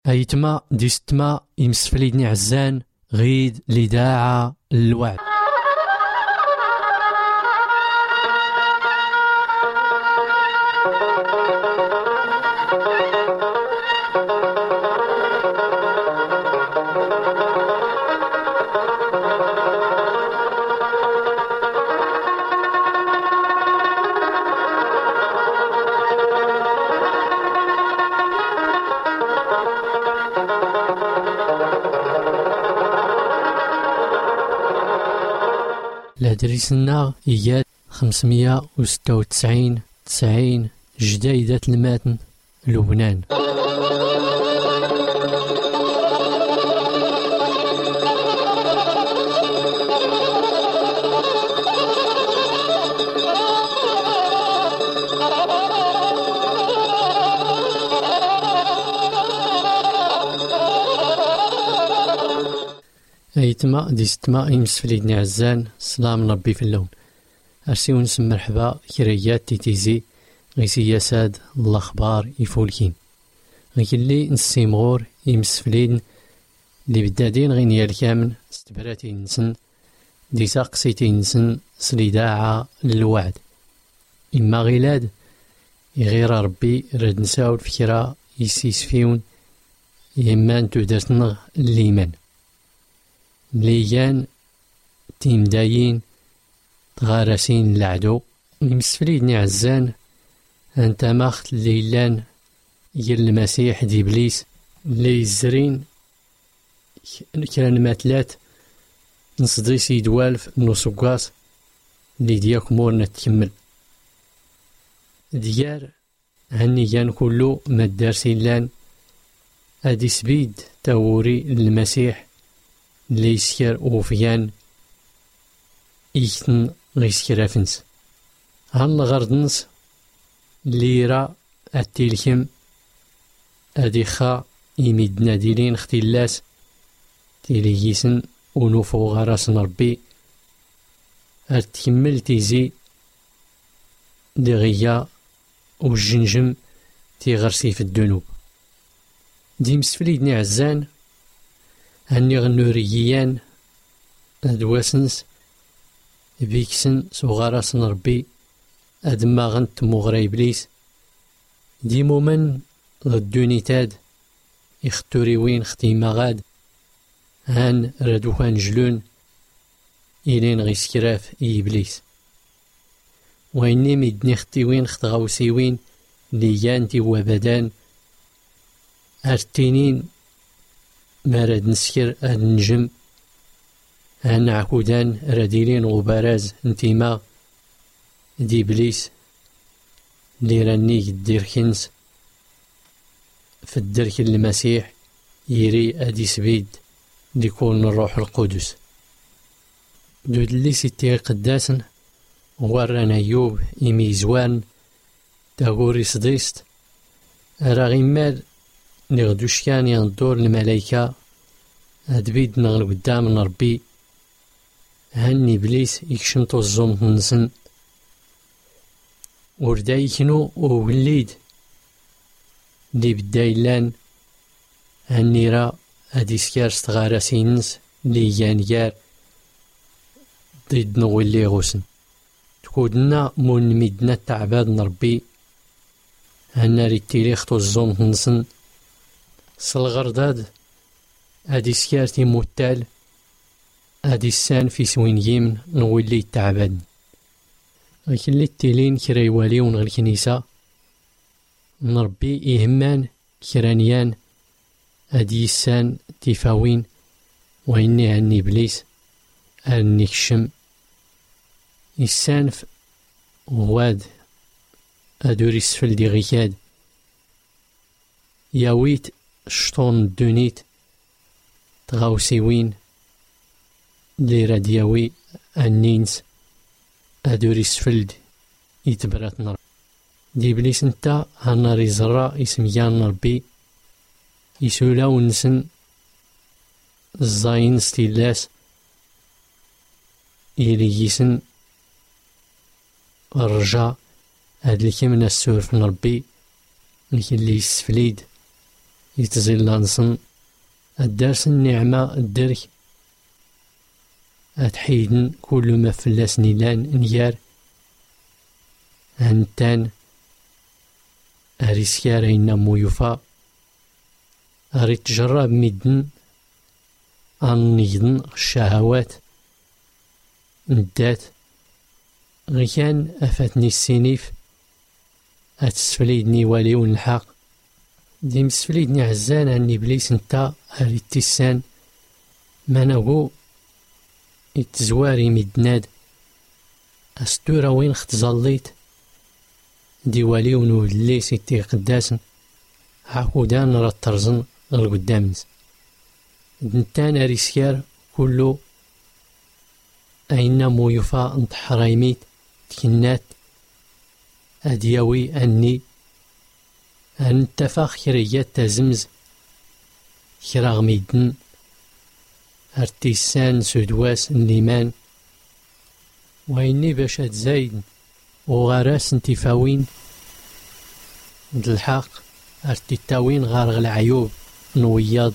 أيتما ديستما يمسفليدني عزان غيد لداعة الوعد. الهدريسنا إياد 596 90 جديدة الماتن لبنان. أيتما ديستما يمسفليدني عزان سلام ربي في اللون. أرسي ونسم مرحبا كريات تيتيزي غيسي ياساد الأخبار يفولكين غيكلي نسيمغور يمسفليدن اللي بدادين غينيا الكامن استبراتي نسن دي ساقسيتي نسن سليداعة للوعد. إما غيلاد يغير ربي رد نساو الفكرة يسيس فيون يمان تودرتنغ الليمان مليان تيم داين تغارسين العدو. يمسفليدني عزان أنت ماخت ليلان يل المسيح دي بليس اللي يزرين كان ماتلات نصدي سيد والف نوسقاس اللي دياك مورنا تكمل ديار هني جان كله مدار سيلان ادي سبيد تاوري المسيح اللي يسكر وفيان إيكتن غيسكر أفنس هن غردنس ليرا التلكم أديخا يميدنا ديلين اختلاس تيليسن ونوفو غراس ربي أتكمل تيزي دغيا والجنجم تيغرسي في الذنوب. ديمس فليدني عزان هني غنوريان أدواسنس بيكسن صغاراس ربي أدما غنت مغرى إبليس ديمو من غدوني تاد يختوري وين ختيما غاد هان ردوها نجلون إلين غيسكراف إبليس وإني ميدني ختي وين ختغاوسي وين ليانتي وبدان أرتينين مارد نسكر النجم هان عكودان رديلين غباراز انتما دي بليس اللي راني دير خنس في الدرك المسيح يري ادي سبيد ليكون الروح القدس دود اللي ستي قداسن ورانا ايوب يميزوان تاغوري صديست راغي مال نغدوش كان يندور الملايكة هدبيد نغل قدام ربي هني بليس يكشمتو الزوم نسن وردا يكنو ووليد اللي بدايلان هني را هادي سكار ستغارسينس اللي يانيار ضد نولي غوسن تكودنا مون ميدنا تعباد نربي هنا ريتيلي خطو الزوم نسن سالغرداد هادي سكارتي موتال هادي السان في سوين يمن نولي تعبان لكن اللي التيلين كرا يواليون غير الكنيسة نربي إهمان كرانيان هادي السان تيفاوين وإني هني بليس هني كشم السانف غواد أدوري السفل دي غيكاد ياويت شطون الدونيت تغاوسيوين لي رادياوي النينس أدوري السفلد يتبرات نار دي بليس نتا هناري زرا يسميان ربي يسولا ونسن الزاين ستيلاس يليسن الرجاء هاد الكي من السور في ربي اللي يسفليد يتزلانسن الدرس النعمة الدرك أتحيدن كل ما فلاس نيلان نيار هنتان أريسكار إنا مويوفا أريد تجرب ميدن أنيدن الشهوات ندات غيان أفاتني السينيف أتسفليدني واليون الحق ديم سفليدني عزان عن إبليس نتا أريد تيسان ما نقو يتزواري ميدناد أستورا وين اختزاليت ديوالي ونولي سيتي قداسن عقودان راه ترزن القدامنس دنتان أريسيار كلو أين مويفا انتحرايميت تكنات أدياوي أني أنتفاخ خريات تزمز خراغ ميدن ارتيسان سودواس النيمان وإني باش زايد وغراس انتفاوين دالحق ارتيتاوين غارغ العيوب نوياض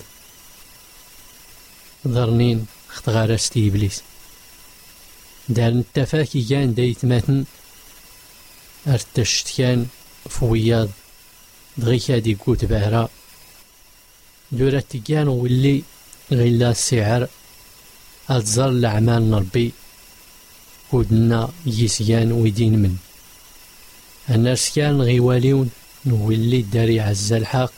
ضرنين خت غراس تي إبليس دار نتفاكي كان دايتماتن ارتشت كان فوياض دغيك هادي قوت بهرا دورات كان ولي غيلا السعر أتزر الأعمال نربي كودنا يسيان ويدين من الناس كان غيواليون نولي داري عزا الحق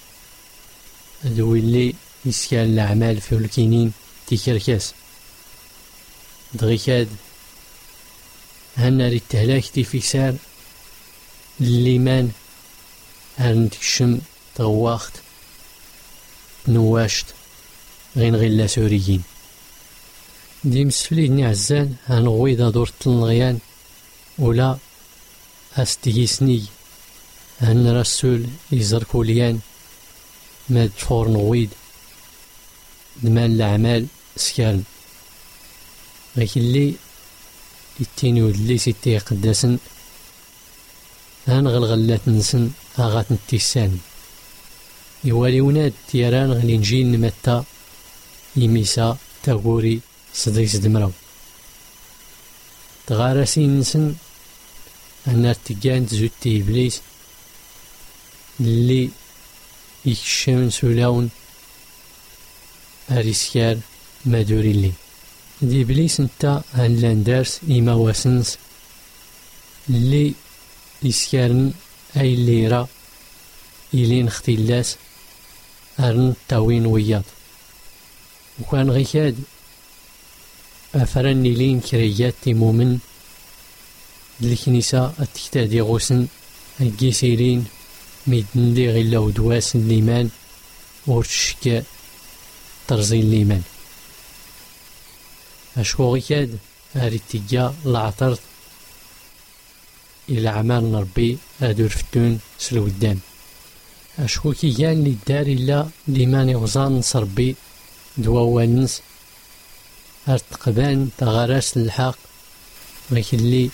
دولي يسكان الأعمال في الكينين تيكركاس دغيكاد هنا ريتهلاك تيفيسار الليمان هرنتكشم تغواخت نواشت غين غيلا سوريين ديم سفليدني عزان هنغويضا دور الغيان ولا أستيسني هن رسول يزركو ليان ماد فور نغويد دمان الأعمال سكارن غيك اللي يتيني ودلي سيتي قداسن هنغلغلات نسن أغات نتيسان يوالي وناد تيران غلينجيل نمتا يميسا تاغوري صديس دمراو تغارسين نسن أنا ارتقان تزوتي إبليس اللي يكشمن سولاون أريسكار مادوري اللي دي إبليس نتا هنلان دارس إما واسنس اللي يسكارن أي اللي را إلين اختلاس أرن تاوين وياض وكان غيكاد أفرني لين كريات تيمومن الكنيسة التكتادي غوسن الجيسيرين ميدن لي غيلا ودواس الليمان ورتشكا ترزي الليمان أشكو غيكاد أريتيجا العطرت إلى عمال نربي أدور فتون سلو الدم أشكو كي كان لي دار إلا ليمان يغزان نصربي دواوانس ارتقبان تغرس الحق غيك اللي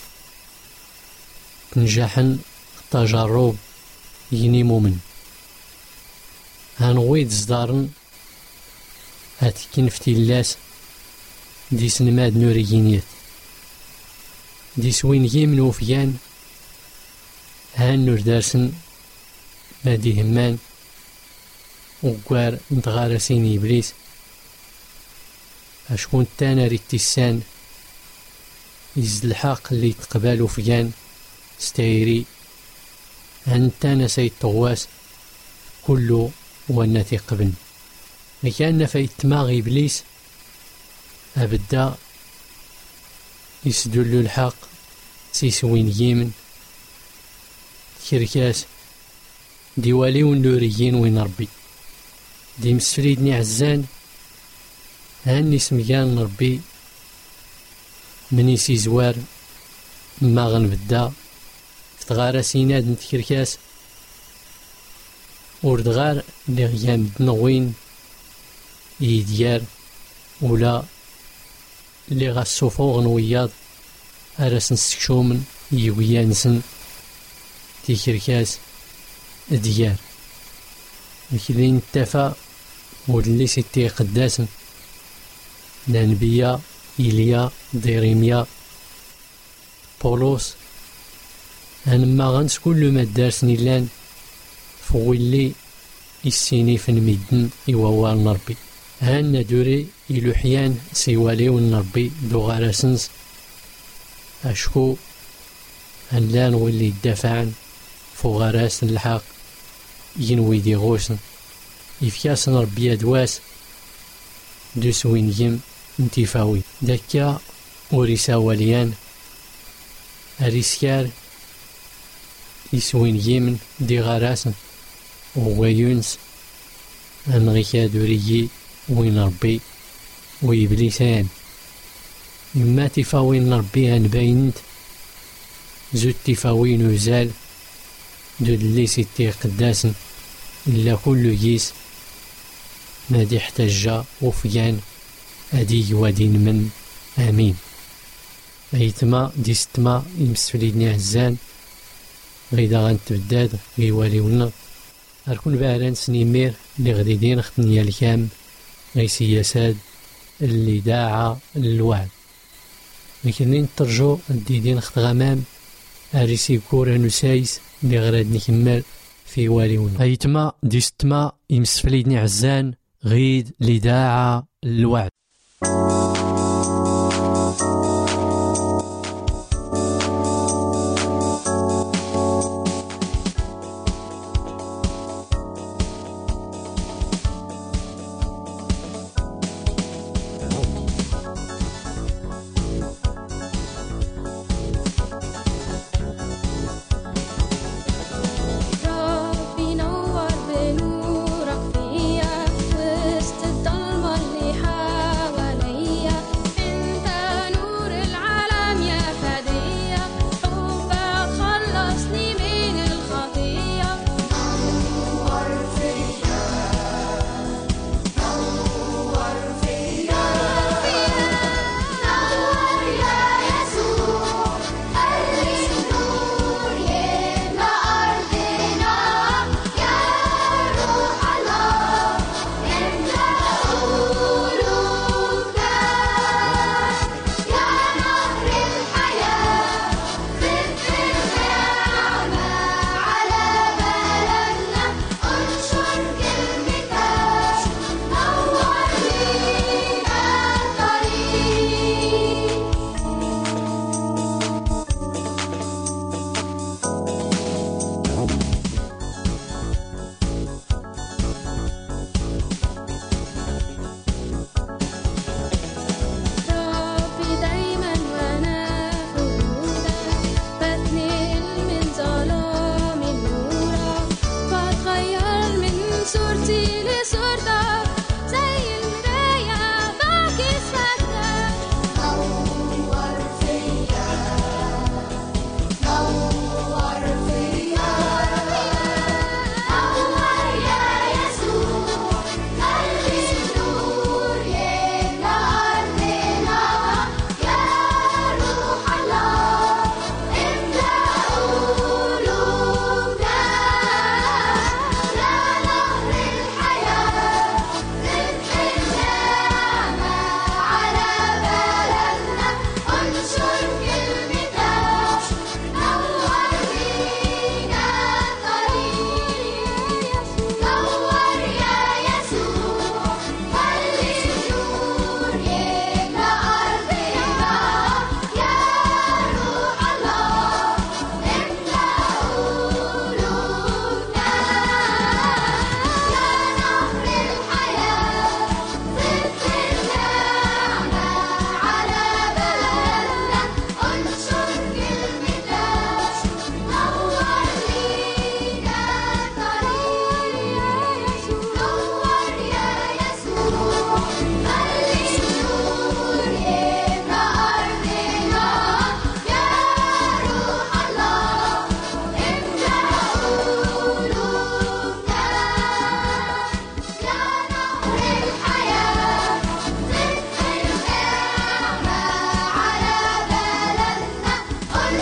تنجحن التجارب يني مومن هنغويد زدارن هاتكين فتيلاس دي سنماد نوريينيات دي سوين يمن وفيان هان نور دارسن مادي همان وقوار نتغارسين إبليس أشكون تانا ريتيسان يزد الحق اللي تقبالو فيان ستايري هنتانا سيد طواس كله وناتي قبن لكان في تماغ إبليس أبدا يسدلو الحق سيسوين يمن كركاس ديوالي ونوريين وين ربي دي مسفريدني عزان هاني سميان ربي مني سيزوار ما غنبدا فتغارا سيناد نتكركاس وردغار اللي غيان دنوين يديار ولا اللي غاسوفو غنوياض أراس نسكشومن يويانسن تيكركاس ديار لكن اتفا ولي سيتي قداسن الأنبياء إيليا ديريميا بولوس أنما غنس كل ما دارسني لان فويلي السيني في الميدن إيوان ربي هانا دوري إلوحيان سيوالي ونربي دو غارسنس أشكو أن لا نولي الدفعن فو غراس الحق ينوي دي غوسن إفياسن ربي أدواس دوس وينجم انتفاوي دكا وريسا واليان أريسكار يسوين يمن دي غراسن وغيونس أنغيكا دوريي وين ربي ويبليسان إما تفاوين ربي أنباينت زود تفاوين وزال دود اللي سيتي قداسن إلا كل جيس مادي احتجا وفيان أدي ودين من آمين أيتما ديستما يمسفليدني عزان غيدا غنتبداد غيواليونا أركون باران سنيمير اللي غديدين ختنيا الكام غيسياساد اللي داعا الوعد لكن نترجو الديدين خت غمام أريسي كورا نسايس اللي غراد نكمل في واليونا أيتما ديستما يمسفليدني عزان غيد اللي داعا الوعد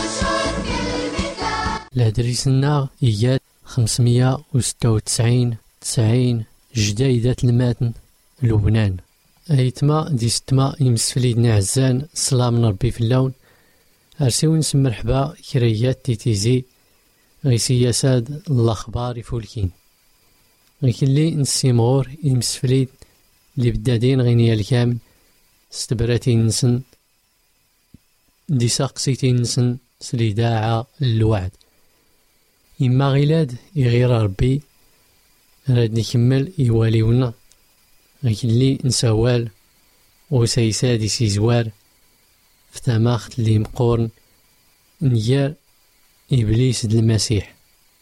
الأدريسنا إياد 596 90 جديدة الماتن لبنان. أيتما دي ستما يمسفليدنا عزان السلام من ربي في اللون. أرسيو نسم مرحبا كريات تيتيزي غي سياساد الأخبار يفولكين غيكلي نسيمغور يمسفليد اللي بدادين غينيا الكامل استبراتين نسن دي ساقسيتين نسن سليداعة الوعد إما غيلاد يغير ربي راد نكمل يواليونا غيكلي نسوال وسيسادي سيزوار في تماخت اللي مقورن نيار إبليس د المسيح.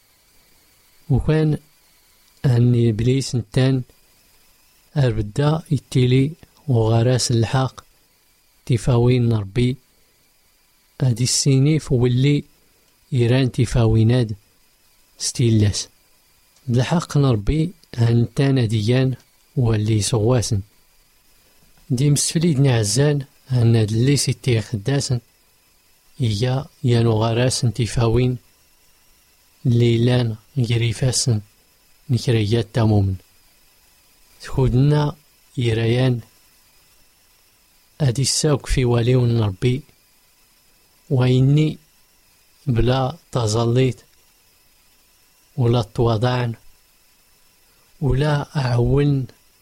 وكان أن إبليس نتان أربدا يتيلي وغراس الحق تفاوين ربي هادي السينيف واللي إيران تفاويناد ستيلاس بالحق نربي هنتانا ديان واللي سواسن دي مسفليدنا عزان هنا اللي سيتي خداسن إيا يانو غراسن تفاوين ليلان غريفاسن نكريات تامومن تخودنا يريان أدي الساوك في واليون ربي وإني بلا تظليت ولا تواضعن ولا أعون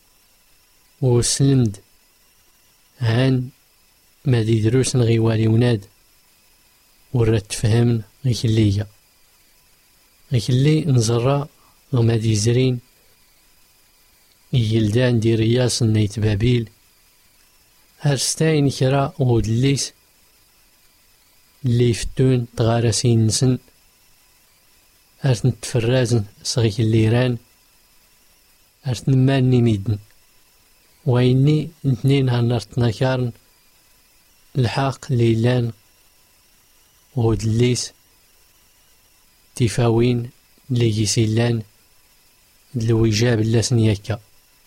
وسلمد عن ما دي دروس غيوالي وناد ورات تفهمن غيكليا غيكلي نزرع وما دي زرين يلدان دي رياس نيت بابيل هرستاين كرا ودليس اللي يفتون تغارسين نسن هرت نتفرازن صغيك الليران هرت نماني ميدن وإني نتنين هنرت نكارن الحاق ليلان ودليس تفاوين اللي يسيلان دلويجاب اللاسن يكا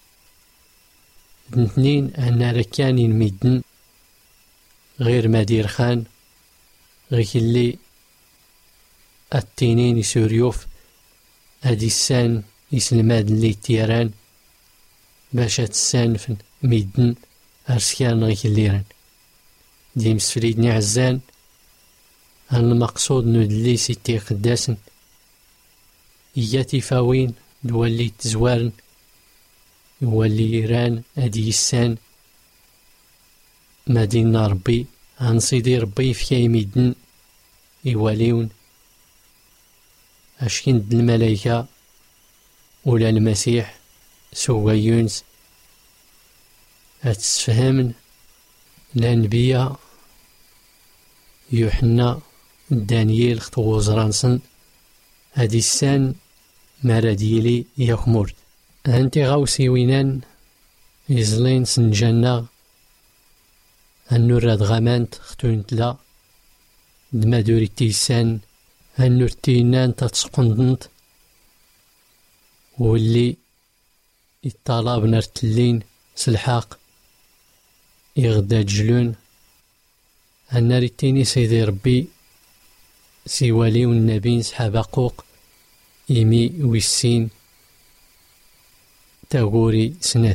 نتنين أنا ركانين ميدن غير مدير خان غير اللي التنين يسوريوف هادي السان يسلماد اللي تيران باش تسانفن ميدن أرسكان غير الليران دي مسفريدني عزان المقصود ندلي سيتي قداسن إيا تفاوين نولي تزوارن يولي إيران هادي السان مدينة ربي هنصيدي ربي في كايميدن يواليون أشكين د الملايكة ولا المسيح سوا يونس هتسفهمن الأنبياء يوحنا دانييل خطو زرانسن هادي السان ماراديلي يخمرد أنتي غاوسي وينان يزلين سنجانا النور غامانت ختون تلا دمادوري تيسان النور تينان تتسقندنت واللي يطالب نرتلين سلحاق يغدا جلون النار التيني سيدي ربي سيوالي والنبي سحابا قوق إيمي ويسين تاغوري سنات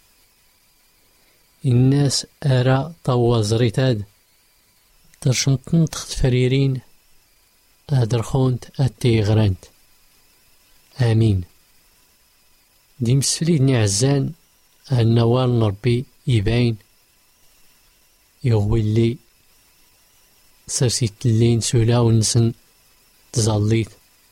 الناس أرى طوازريتاد ترشمتن تخت فريرين أدرخونت أتيغرانت آمين دي مسفليدني عزان النوال نربي يباين يغولي سرسيت اللين سولا ونسن تزاليت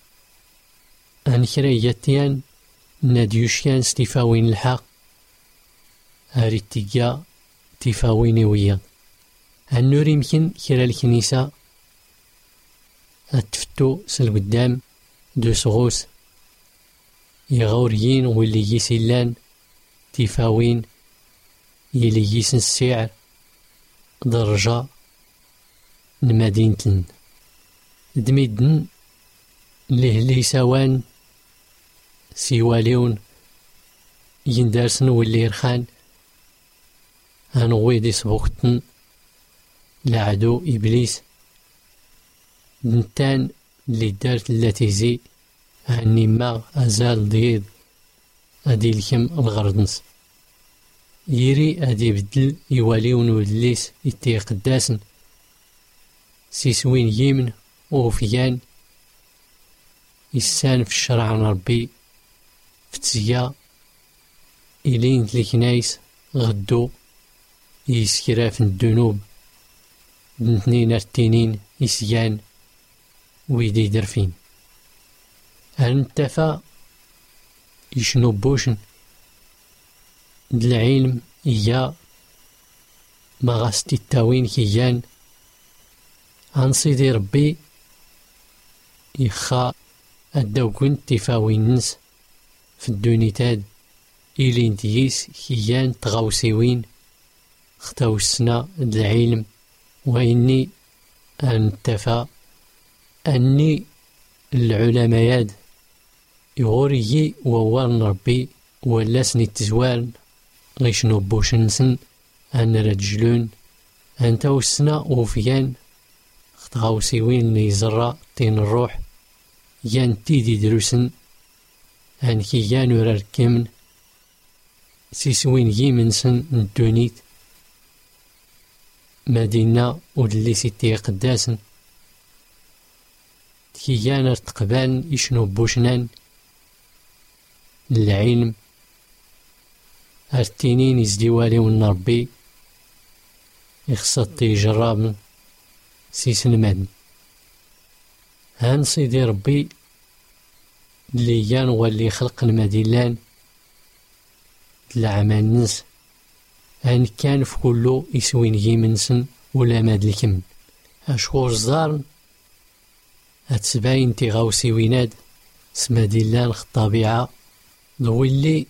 أنكرياتيان ناديوشيان ستفاوين الحق هاريتيجا تفاويني ويا النور يمكن كرا الكنيسة أتفتو سلقدام دو سغوس يغوريين واللي يسيلان تفاوين يلي يسن السعر درجة المدينة دميدن اللي سوان سيواليون يندرسن واللي يرخان هنوي دي سبوختن لعدو إبليس نتان اللي دارت اللاتيزي هني ما أزال ضيض أدي الكم الغردنس يري أدي بدل يواليون ودليس يتي قداسن سيسوين يمن وفيان يسان في الشرع عن ربي في تزيا إلين الكنايس غدو يسكراف الذنوب بنتنين ارتينين يسيان ويدي درفين هنتفا يشنو بوشن العلم إيا ما غاستي التاوين كيان عن سيدي ربي يخا أداو كنت تفاوين نس في الدونيتاد إلي نديس كيان تغاوسيوين اختاو السنا العلم وإني أنتفا أني العلماء يغوري ووارن ربي ولا سني التزوال غيشنو بوشنسن أن رجلون أنت وسنا وفيان اختغاوسيوين يزرع طين الروح يان تيدي دروسن أن كيان وراركمن سيسوين يمنسن الدونيت مدينة ودلي سيتي قداسن كيان ارتقبان يشنو بوشنان العلم ارتينين يزديوالي ونربي يخصط يجرب سيسن مادن هان سيدي ربي اللي يان واللي خلق المدينان العمال نس هان كان في كله يسوين يمنسن ولا ماد الكم اشكور زارن هتسباين تيغاوسي ويناد سما ديلان الطبيعة ضويلي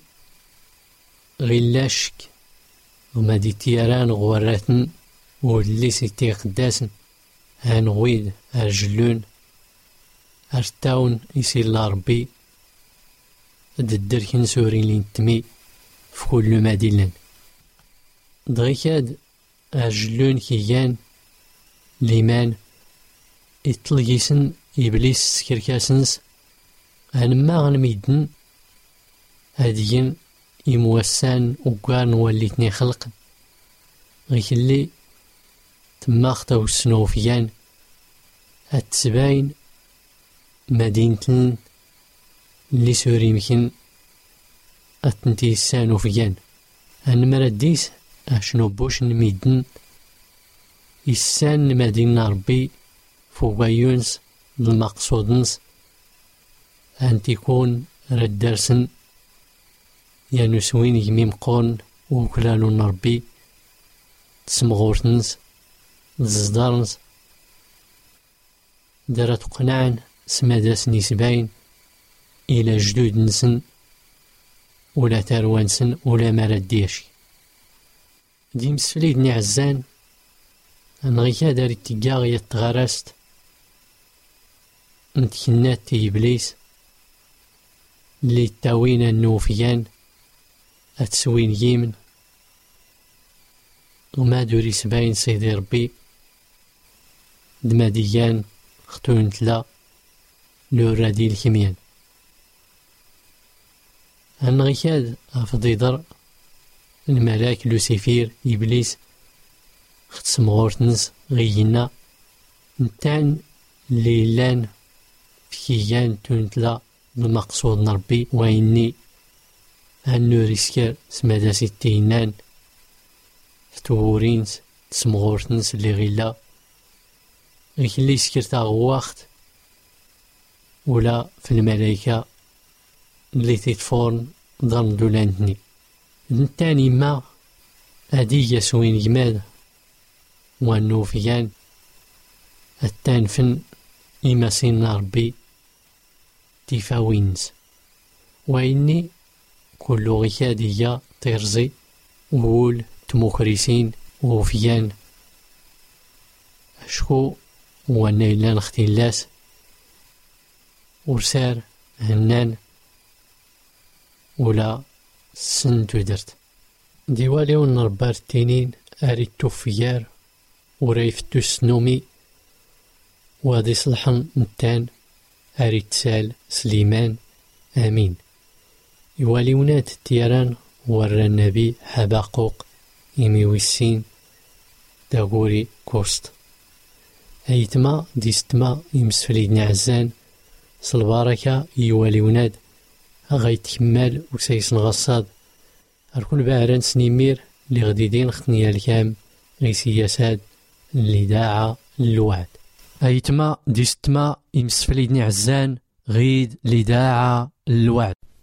غلاشك وما دي تيران غوراتن واللي سيتي قداسن هانغويد أرجلون أرتاون يسير لربي الدركن سورين لنتمي في كل مدينة دغيكاد أرجلون كيان ليمان إطلقيسن إبليس سكركاسنس هنما غنميدن هاديين يموسان وكان وليتني خلق غيكلي تما اختاو السنوفيان هتسباين مدينة اللي سوري مكن أتنتي السانوفيان هنمرا ديس أشنو بوش نميدن يسان مدينة ربي فوقايونس المقصودنس أن تكون ردرسن يانوسوين يميم قون وكلالو نربي تسمغورتنس زدارنس دارت قناعن سماداس نسباين إلى جدود نسن ولا تاروانسن ولا مرديش ديم سفليد نعزان نغيكا داري تيقاغ يتغرست نتكنات تي إبليس اللي تاوين النوفيان أتسوين يمن وما دوري سباين سيدي ربي دماديان ختون تلا لورادي الكميان هنغيكاد أفضي در الملاك لوسيفير إبليس ختسم غورتنس غينا نتان ليلان فكيان تونتلا المقصود نربي وإني أنو ريسكر سماداسي التينان فتورينس تسمغورتنس اللي غيلا غيكلي سكرتا غواخت ولا في الملايكة اللي تيتفورن ضمن دولانتني نتاني ما أدي يسوين جماد والنوفيان التانفن إما سين ربي تيفاوينز وإني كل غيادية ترزي وول تموكريسين وفيان أشكو ونيلان اختلاس ورسار هنان ولا سنتو درت ديوالي ونربار التنين أريد توفيار وريفتو السنومي وادي صلحن نتان أريد سال سليمان آمين يوالي ونات تيران ورى النبي حبقوق إمي ويسين داغوري كوست أيتما ديستما يمسفليدني عزان صلباركة يوالي وناد غيتكمل وسيسن غصاد أركون باعران سنيمير اللي غديدين خطنيا الكام غي سياسات اللي داعا الوعد أيتما ديستما يمسفليدني عزان غيد اللي داعا الوعد.